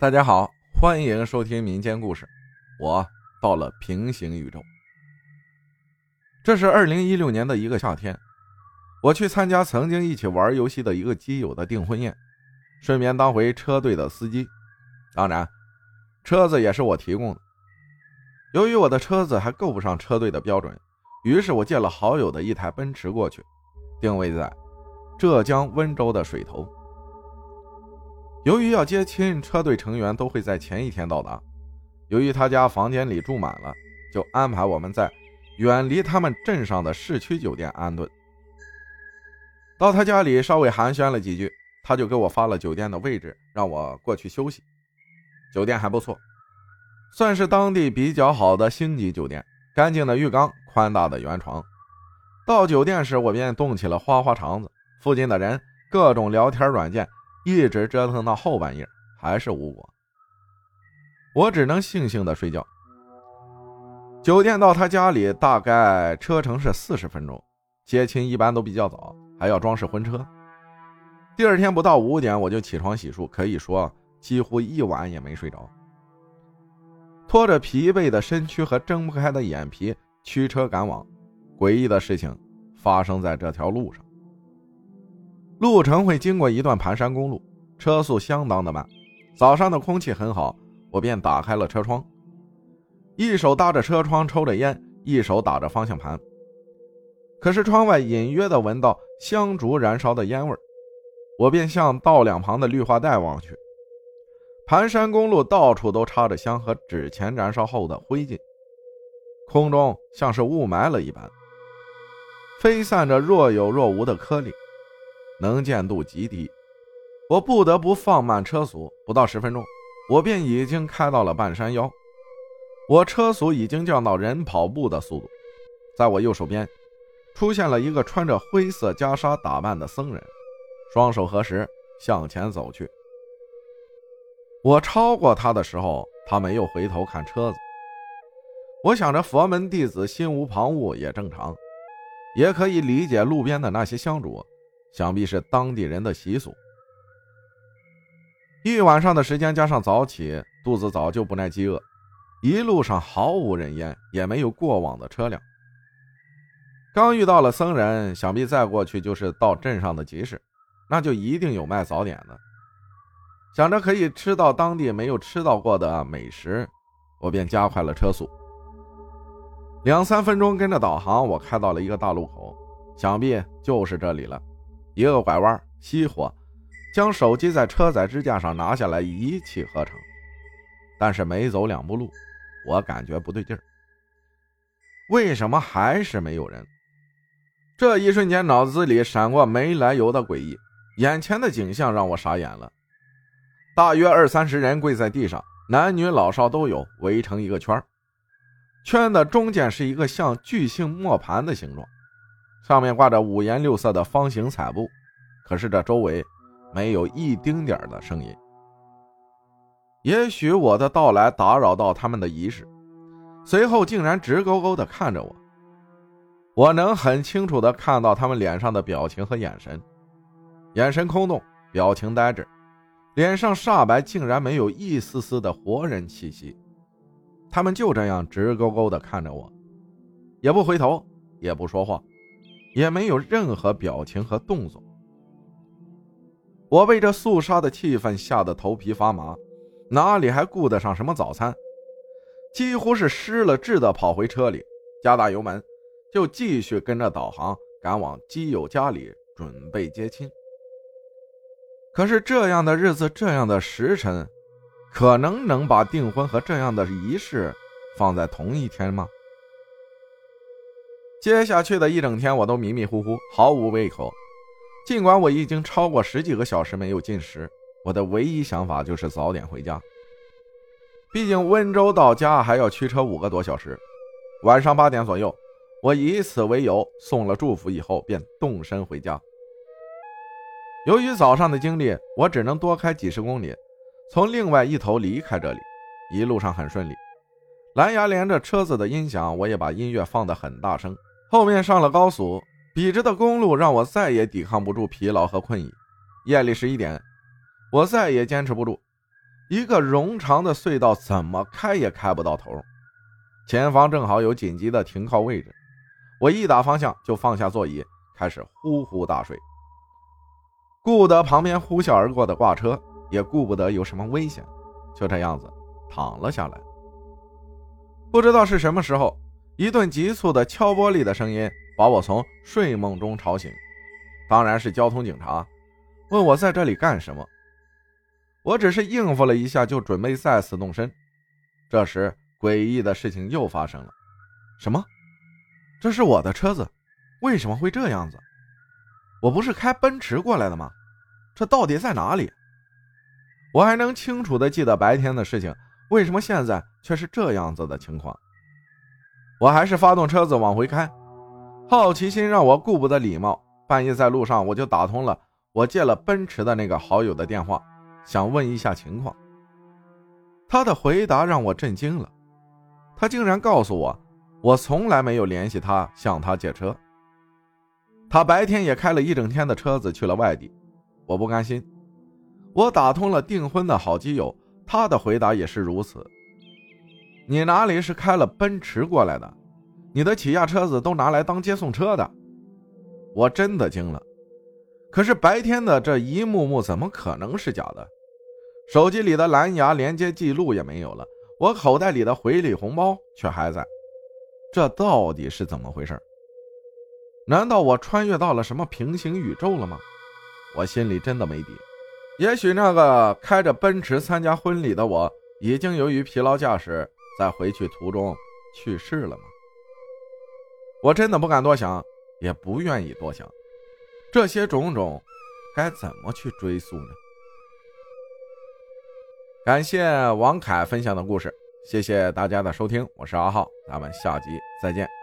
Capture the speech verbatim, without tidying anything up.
大家好，欢迎收听民间故事。我到了平行宇宙。这是二零一六年的一个夏天，我去参加曾经一起玩游戏的一个基友的订婚宴，顺便当回车队的司机。当然，车子也是我提供的。由于我的车子还够不上车队的标准，于是我借了好友的一台奔驰过去，定位在浙江温州的水头。由于要接亲，车队成员都会在前一天到达。由于他家房间里住满了，就安排我们在远离他们镇上的市区酒店安顿。到他家里稍微寒暄了几句，他就给我发了酒店的位置，让我过去休息。酒店还不错，算是当地比较好的星级酒店，干净的浴缸，宽大的圆床。到酒店时我便动起了花花肠子，附近的人各种聊天软件一直折腾到后半夜还是无果，我只能悻悻地睡觉。酒店到他家里大概车程是四十分钟，接亲一般都比较早，还要装饰婚车。第二天不到五点我就起床洗漱，可以说几乎一晚也没睡着，拖着疲惫的身躯和睁不开的眼皮驱车赶往。诡异的事情发生在这条路上，路程会经过一段盘山公路，车速相当的慢。早上的空气很好，我便打开了车窗，一手搭着车窗抽着烟，一手打着方向盘。可是窗外隐约地闻到香烛燃烧的烟味，我便向道两旁的绿化带望去。盘山公路到处都插着香和纸钱燃烧后的灰烬，空中像是雾霾了一般，飞散着若有若无的颗粒，能见度极低。我不得不放慢车速，不到十分钟我便已经开到了半山腰。我车速已经降到人跑步的速度，在我右手边出现了一个穿着灰色袈裟打扮的僧人，双手合十向前走去。我超过他的时候，他没有回头看车子。我想着佛门弟子心无旁骛也正常，也可以理解路边的那些香烛，想必是当地人的习俗。一晚上的时间加上早起，肚子早就不耐饥饿，一路上毫无人烟，也没有过往的车辆。刚遇到了僧人，想必再过去就是到镇上的集市，那就一定有卖早点的。想着可以吃到当地没有吃到过的美食，我便加快了车速。两三分钟跟着导航，我开到了一个大路口，想必就是这里了。一个拐弯，熄火，将手机在车载支架上拿下来，一气呵成。但是没走两步路，我感觉不对劲儿，为什么还是没有人？这一瞬间脑子里闪过没来由的诡异，眼前的景象让我傻眼了。大约二三十人跪在地上，男女老少都有，围成一个圈，圈的中间是一个像巨型磨盘的形状，上面挂着五颜六色的方形彩布，可是这周围没有一丁点的声音。也许我的到来打扰到他们的仪式，随后竟然直勾勾地看着我。我能很清楚地看到他们脸上的表情和眼神，眼神空洞，表情呆滞，脸上煞白，竟然没有一丝丝的活人气息。他们就这样直勾勾地看着我，也不回头，也不说话，也没有任何表情和动作。我被这肃杀的气氛吓得头皮发麻，哪里还顾得上什么早餐，几乎是失了智地跑回车里，加大油门，就继续跟着导航赶往基友家里准备接亲。可是这样的日子，这样的时辰，可能能把订婚和这样的仪式放在同一天吗？接下去的一整天我都迷迷糊糊，毫无胃口。尽管我已经超过十几个小时没有进食，我的唯一想法就是早点回家。毕竟温州到家还要驱车五个多小时。晚上八点左右，我以此为由送了祝福以后便动身回家。由于早上的经历，我只能多开几十公里，从另外一头离开这里。一路上很顺利，蓝牙连着车子的音响，我也把音乐放得很大声。后面上了高速，笔直的公路让我再也抵抗不住疲劳和困意。夜里十一点，我再也坚持不住， 一个冗长的隧道怎么开也开不到头，前方正好有紧急的停靠位置，我一打方向就放下座椅，开始呼呼大睡，顾不得旁边呼啸而过的挂车，也顾不得有什么危险，就这样子躺了下来。不知道是什么时候，一顿急促的敲玻璃的声音把我从睡梦中吵醒，当然是交通警察，问我在这里干什么。我只是应付了一下，就准备再次动身。这时诡异的事情又发生了。什么？这是我的车子，为什么会这样子？我不是开奔驰过来的吗？这到底在哪里？我还能清楚地记得白天的事情，为什么现在却是这样子的情况？我还是发动车子往回开，好奇心让我顾不得礼貌，半夜在路上我就打通了我借了奔驰的那个好友的电话，想问一下情况。他的回答让我震惊了，他竟然告诉我，我从来没有联系他向他借车，他白天也开了一整天的车子去了外地。我不甘心，我打通了订婚的好基友，他的回答也是如此。你哪里是开了奔驰过来的？你的起亚车子都拿来当接送车的。我真的惊了，可是白天的这一幕幕怎么可能是假的？手机里的蓝牙连接记录也没有了，我口袋里的回礼红包却还在，这到底是怎么回事？难道我穿越到了什么平行宇宙了吗？我心里真的没底。也许那个开着奔驰参加婚礼的我，已经由于疲劳驾驶在回去途中去世了吗？我真的不敢多想，也不愿意多想，这些种种该怎么去追溯呢？感谢王凯分享的故事，谢谢大家的收听，我是阿浩，咱们下集再见。